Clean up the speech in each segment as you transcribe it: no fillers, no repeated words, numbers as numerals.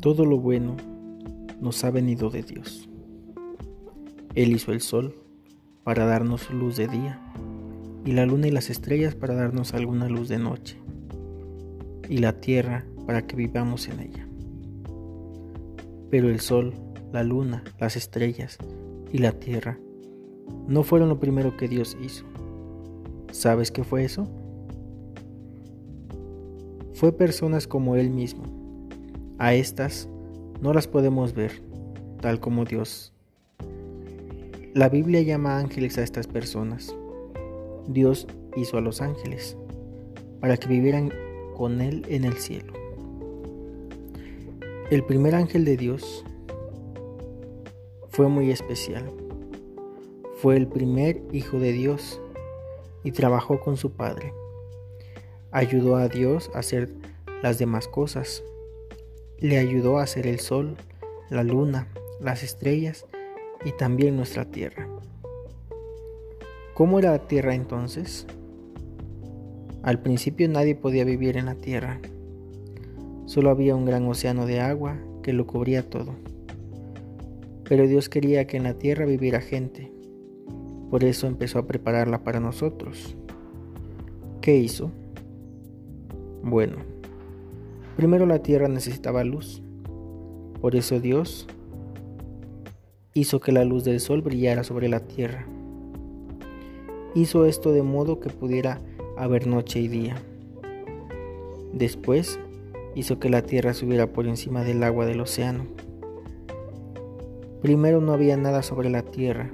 Todo lo bueno nos ha venido de Dios. Él hizo el sol para darnos luz de día, y la luna y las estrellas para darnos alguna luz de noche, y la tierra para que vivamos en ella. Pero el sol, la luna, las estrellas y la tierra no fueron lo primero que Dios hizo. ¿Sabes qué fue eso? Fue personas como Él mismo. A estas no las podemos ver, tal como Dios. La Biblia llama ángeles a estas personas. Dios hizo a los ángeles para que vivieran con Él en el cielo. El primer ángel de Dios fue muy especial. Fue el primer hijo de Dios y trabajó con su padre. Ayudó a Dios a hacer las demás cosas. Le ayudó a hacer el sol, la luna, las estrellas y también nuestra tierra. ¿Cómo era la tierra entonces? Al principio nadie podía vivir en la tierra. Solo había un gran océano de agua que lo cubría todo. Pero Dios quería que en la tierra viviera gente. Por eso empezó a prepararla para nosotros. ¿Qué hizo? Bueno, primero la tierra necesitaba luz. Por eso Dios hizo que la luz del sol brillara sobre la tierra. Hizo esto de modo que pudiera haber noche y día. Después hizo que la tierra subiera por encima del agua del océano. Primero no había nada sobre la tierra.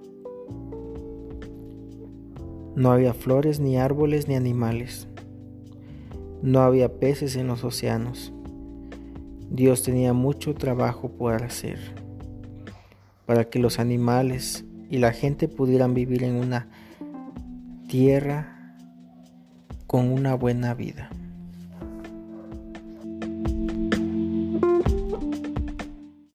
No había flores, ni árboles, ni animales. No había peces en los océanos. Dios tenía mucho trabajo por hacer para que los animales y la gente pudieran vivir en una tierra con una buena vida.